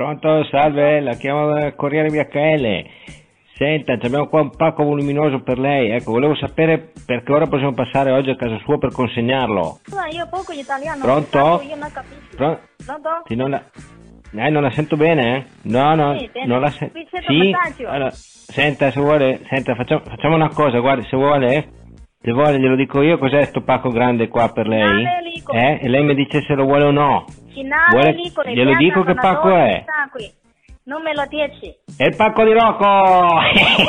Pronto, salve, la chiamo dal Corriere VHL. Senta, abbiamo qua un pacco voluminoso per lei, ecco, volevo sapere per che ora possiamo passare oggi a casa sua per consegnarlo. Io poco italiano. Pronto? Io non capisco. Pronto? Sì, non la sento bene, eh? No, Sì, non la sento. qui c'è Sì? passaggio. Allora, senta, se vuole, facciamo una cosa, guardi, se vuole, glielo dico io cos'è sto pacco grande qua per lei. E lei mi dice se lo vuole o no. Glielo dico che pacco è. Qui. Non me lo dici. È il pacco di Rocco!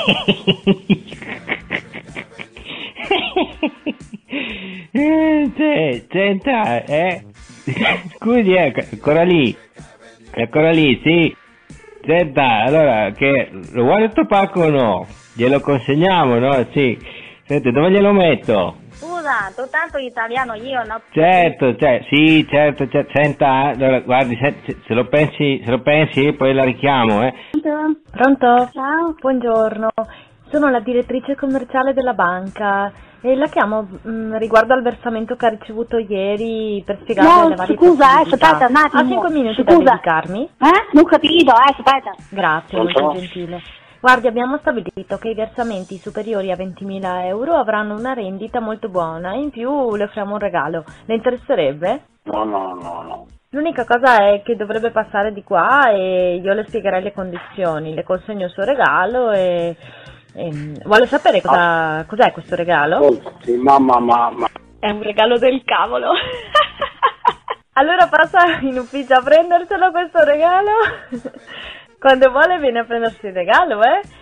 Senta, scusi, ancora lì, sì. Senta, allora, che lo vuole sto pacco o no? Glielo consegniamo, no? Sì. Senta, dove glielo metto? Scusa, tu tanto italiano io no? Certo, sì, certo, senta, allora, guardi, se lo pensi, poi la richiamo, Pronto? Ciao. Buongiorno, sono la direttrice commerciale della banca e la chiamo riguardo al versamento che ha ricevuto ieri per spiegarle le varie scusa, aspetta un attimo. Ha 5 minuti da dedicarmi? Non capito, aspetta. Grazie, molto gentile. Guardi, abbiamo stabilito che i versamenti superiori a 20.000 euro avranno una rendita molto buona e in più le offriamo un regalo. Le interesserebbe? No. L'unica cosa è che dovrebbe passare di qua e io le spiegherei le condizioni, le consegno il suo regalo e vuole sapere cos'è questo regalo? Sì, mamma. È un regalo del cavolo. Allora passa in ufficio a prenderselo questo regalo. Quando vuole viene a prendersi il regalo,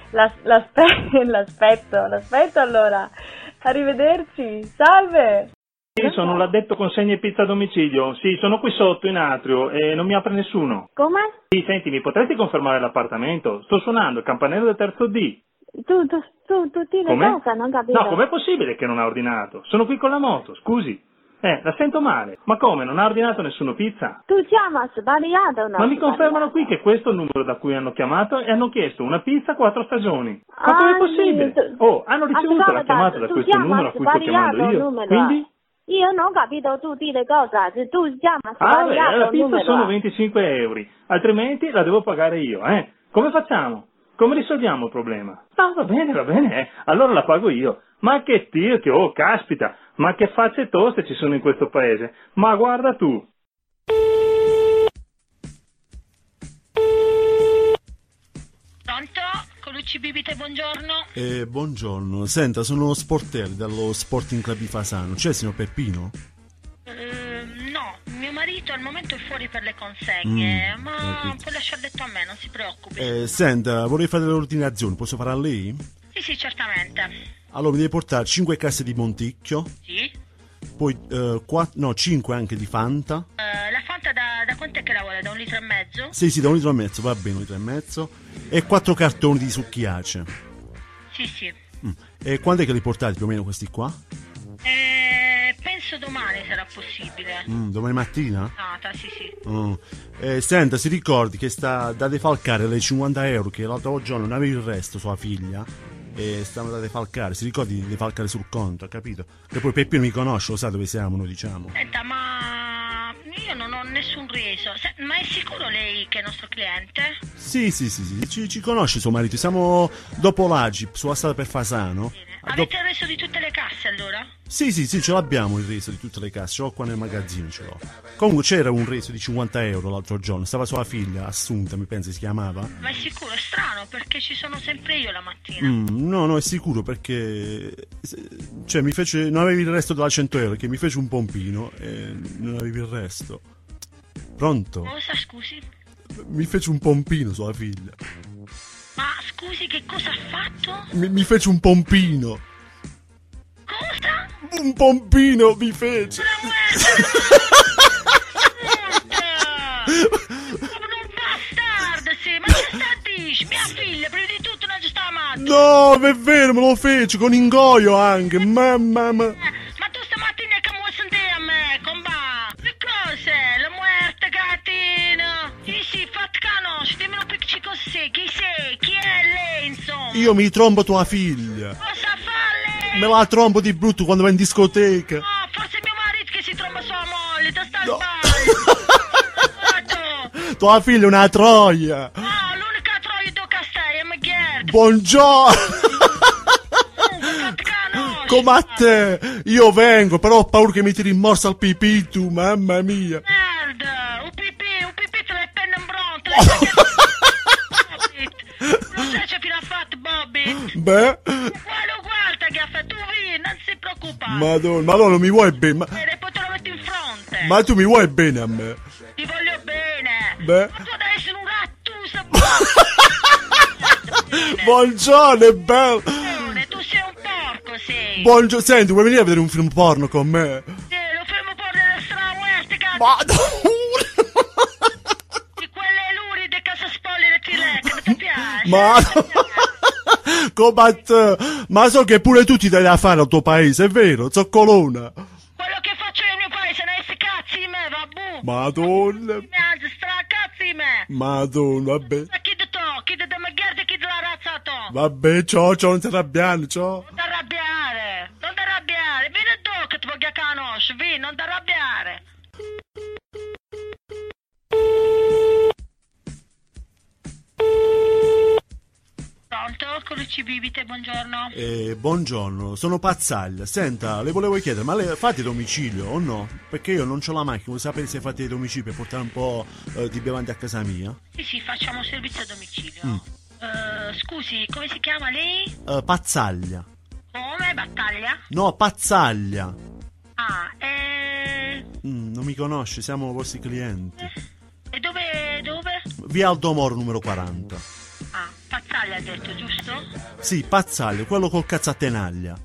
L'aspetto allora. Arrivederci, salve. Sì, sono l'addetto consegne pizza a domicilio. Sì, sono qui sotto in atrio e non mi apre nessuno. Come? Sì, senti, mi potresti confermare l'appartamento? Sto suonando il campanello del terzo D. Tu ti Come? cosa? Non capito. No, com'è possibile che non ha ordinato? Sono qui con la moto, scusi. La sento male. Ma come, non ha ordinato nessuno pizza? Tu chiama sbagliato, no? Ma mi confermano qui che questo è il numero da cui hanno chiamato e hanno chiesto una pizza 4 stagioni. Ma com'è possibile? Hanno ricevuto la chiamata da questo numero a cui sto chiamando io. Quindi? Io non ho capito tu dire cosa, se tu chiama sbagliato la pizza numero. sono 25 euro, altrimenti la devo pagare io, Come facciamo? Come risolviamo il problema? No, va bene, allora la pago io. Ma che tiro, caspita, ma che facce toste ci sono in questo paese. Ma guarda tu. Pronto? Colucci Bibite, buongiorno. Buongiorno, senta, sono Sportelli dallo Sporting Club di Fasano. C'è il signor Peppino? No, mio marito al momento è fuori per le consegne, ma puoi lasciar detto a me, non si preoccupi. Senta, vorrei fare l'ordinazione, posso fare a lei? Sì, certamente. Allora, mi devi portare 5 casse di Monticchio. Sì? Poi 5 anche di Fanta. La Fanta da quant'è che la vuole? Da 1,5 litri? Sì, da 1,5 litri, va bene, 1,5 litri. E 4 cartoni di succhiace. Sì. E quando è che li portate più o meno questi qua? Penso domani sarà possibile. Domani mattina? Sì. Senta, si ricordi che sta da defalcare le 50 euro che l'altro giorno non aveva il resto sua figlia? E stanno da defalcare, si ricordi di defalcare sul conto, ha capito? Che poi Peppino mi conosce, lo sa dove siamo, noi diciamo. Senta, ma io non ho nessun reso. Ma è sicuro lei che è nostro cliente? Sì, ci conosce suo marito, siamo dopo l'Agip, sulla strada per Fasano. Avete il reso di tutte le casse allora? Sì, ce l'abbiamo il reso di tutte le casse, ce l'ho qua nel magazzino, ce l'ho. Comunque c'era un reso di 50 euro l'altro giorno, stava sua figlia, Assunta, mi pensa si chiamava. Ma è sicuro? È strano, perché ci sono sempre io la mattina. No, è sicuro perché... Cioè, non avevi il resto della 100 euro, che mi fece un pompino e non avevi il resto. Pronto? Cosa, scusi? Mi fece un pompino sua figlia. Ma scusi, che cosa ha fatto? Mi fece un pompino. Cosa? Un pompino mi fece. Un bastardo, sì, ma che sta a dire? Mia figlia, prima di tutto non ci sta matto. No, è vero, me lo fece con ingoio anche, mamma. Ma tu stamattina che mi senti a me, comba? Che cos'è? La muerte, gatino? Sì, fatti conoscere, dimmi un picci così, chi sei? Chi è lei, insomma? Io mi trombo tua figlia. Cosa fa lei? Me la trombo di brutto quando va in discoteca. No, forse è mio marito che si tromba sua moglie, ti sta No. sbagliando. Tua figlia è una troia. No, l'unica troia do Castelli, ma Gerd. Buongiorno. Come a te. Io vengo, però ho paura che mi tiri in morsa al pipì tu, mamma mia. Merda, un pipì te l'hai penna in bronto. Non sai c'è fino a fatto, Bobby. Beh. Guarda che ha fatto, tu vieni, non si preoccupare. Madonna, mi vuoi bene? E poi te lo metti in fronte. Ma tu mi vuoi bene a me? Ti voglio bene. Beh. Ma tu devi essere un rattuso. Buongiorno, è bello. Tu sei un porco, sei. Buongiorno, senti, vuoi venire a vedere un film porno con me? Sì, lo film porno della Strawest, cazzo. Di quelle luride che si spogliano e ti leccano, ti piace? Come a te? Ma so che pure tu ti dai da fare al tuo paese, è vero? Zoccolona. Quello che faccio nel mio paese non è sti cazzi di me, vabbù. Madonna. Anzi, stracazzi di me. Madonna, vabbè. Ma chi di to? Chi di me guarda chi della razza to? Vabbè, ciao, non ti arrabbiare, ciao. Non ti arrabbiare. Vieni tu che ti voglio conoscere, vieni, non ti arrabbiare. Pronto? Con ci bibite, buongiorno. Buongiorno, sono Pazzaglia. Senta, le volevo chiedere, ma lei fate domicilio o no? Perché io non c'ho la macchina, vuoi sapere se fate domicilio per portare un po' di bevande a casa mia? Sì, facciamo servizio a domicilio. Scusi, come si chiama lei? Pazzaglia. Come? Battaglia? No, Pazzaglia. Ah, non mi conosci, siamo vostri clienti. E dove? Via Aldomoro numero 40. Ah, Pazzaglia ha detto, giusto? Sì, Pazzaglia, quello col cazzo a tenaglia.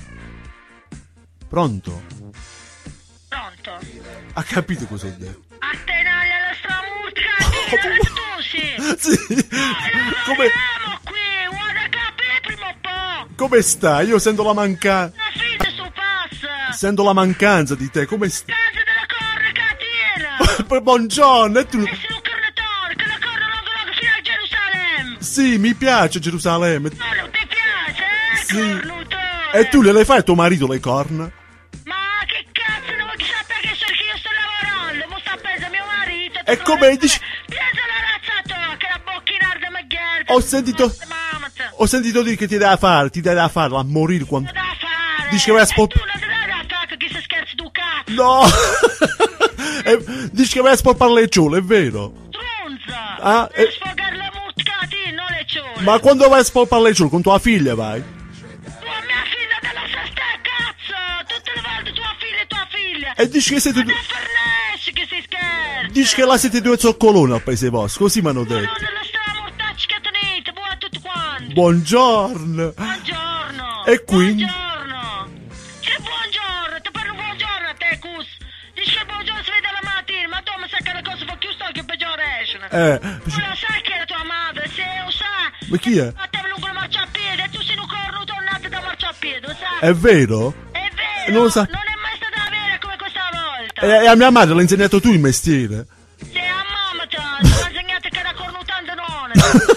Pronto? Pronto? Ha capito cosa ho detto? A tenaglia la stramurca, tu sì. Sì. Come... qui, guarda capire prima un po'. Come stai? Io sento la mancanza. La figlia su passa. Sento la mancanza di te, come stai? Casa della corna catena. Buongiorno, e tu... Essere un cornatore, che la corna longo fino a Gerusalemme. Sì, mi piace Gerusalemme. No, non ti piace, Sì. cornutore. E tu le fai a tuo marito le corna? Ma che cazzo, non vuoi sapere che io sto lavorando? Mo sta preso mio marito. E come dici? Piensa la razza tua, che la bocchinarda mi gherda. Ho sentito dire che ti dai da fare a morire quando... Da fare. Dici che vai a tu non ti dai da fare, che si scherzi tu cazzo. No! Dici che vai a sporpare le ciole, è vero? Strunza. Per sfogare le muccati, non le ciole. Ma quando vai a sporpare le ciole, con tua figlia vai? Tua mia figlia della sesta, cazzo. Tutte le volte tua figlia. E dici che siete due... che si scherza. Dici che là siete due zoccoloni al paese vostro, così mi hanno detto. No, della strada mortacci che tenete, buona a tutti quanti. Buongiorno. Buongiorno. E quindi? Buongiorno. Che buongiorno, ti parlo buongiorno a te, cus. Dici che buongiorno si vede la mattina, ma tu mi sai che le cose fa più sto che peggiore escono. Tu lo sai che era tua madre, se lo sai. Ma chi è? Ma te lungo il marciapiede e tu sei un corno tornato da marciapiede, lo sai? È vero? È vero, non lo sa. Non è mai stata vera come questa volta. E a mia madre l'ha insegnato tu il mestiere? Sì, a mamma ti ha insegnato che era cornutante nonna.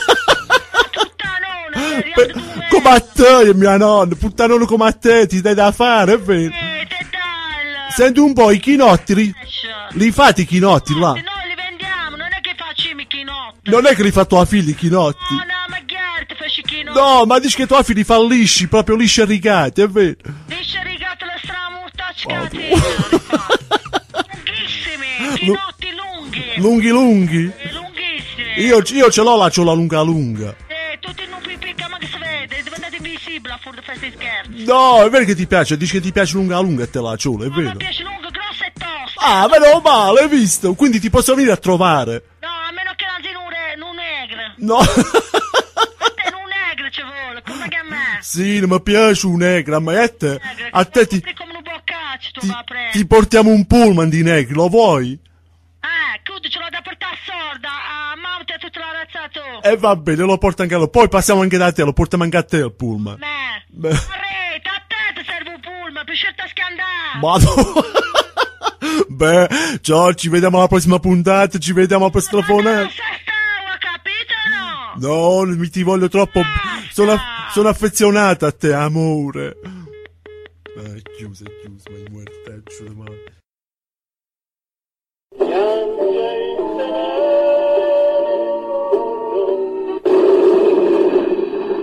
Puttanone. Come a te, mia nonna, puttanone come a te, ti dai da fare, è vero? Senti un po', i chinotti li fate i chinotti là? Noi li vendiamo, non è che facciamo i chinotti. Non è che li fa tua figlia i chinotti? No, ma Gert faccio i chinotti. No, ma dici che tua figlia li fa lisci, proprio lisci e rigati, è vero? Lisci e rigati la stramurtacci lunghissimi, chinotti lunghi. Lunghi? Lunghissimi. Io ce l'ho la ciola lunga. Tutti in un pipicca, ma che si vede? È diventato invisibile a fuori di questi scherzi. No, è vero che ti piace, dici che ti piace lunga a te la ciola, è vero? Mi piace lunga, grossa e tosta. Ah, meno male, hai visto? Quindi ti posso venire a trovare. No, a meno che non sia un negro. No. A te un negro ci vuole, come che a me. Sì, non mi piace un negro, ma a te come un boccaccio tu va a prendere. ti portiamo un pullman di negri, lo vuoi? Chiudo, ce l'ho da portare sorda, a mamma e a tutta la razza tu. E va bene, lo porto anche a loro. Poi passiamo anche da te, lo portiamo anche a te il pullman. Beh. A te ti serve un pullman, per scelta scandale. Beh, ciao, ci vediamo alla prossima puntata, ci vediamo alla prossima telefonata. Capito o no? No, ti voglio troppo. Sono affezionata a te, amore. Chiusa, ma è mortaccio.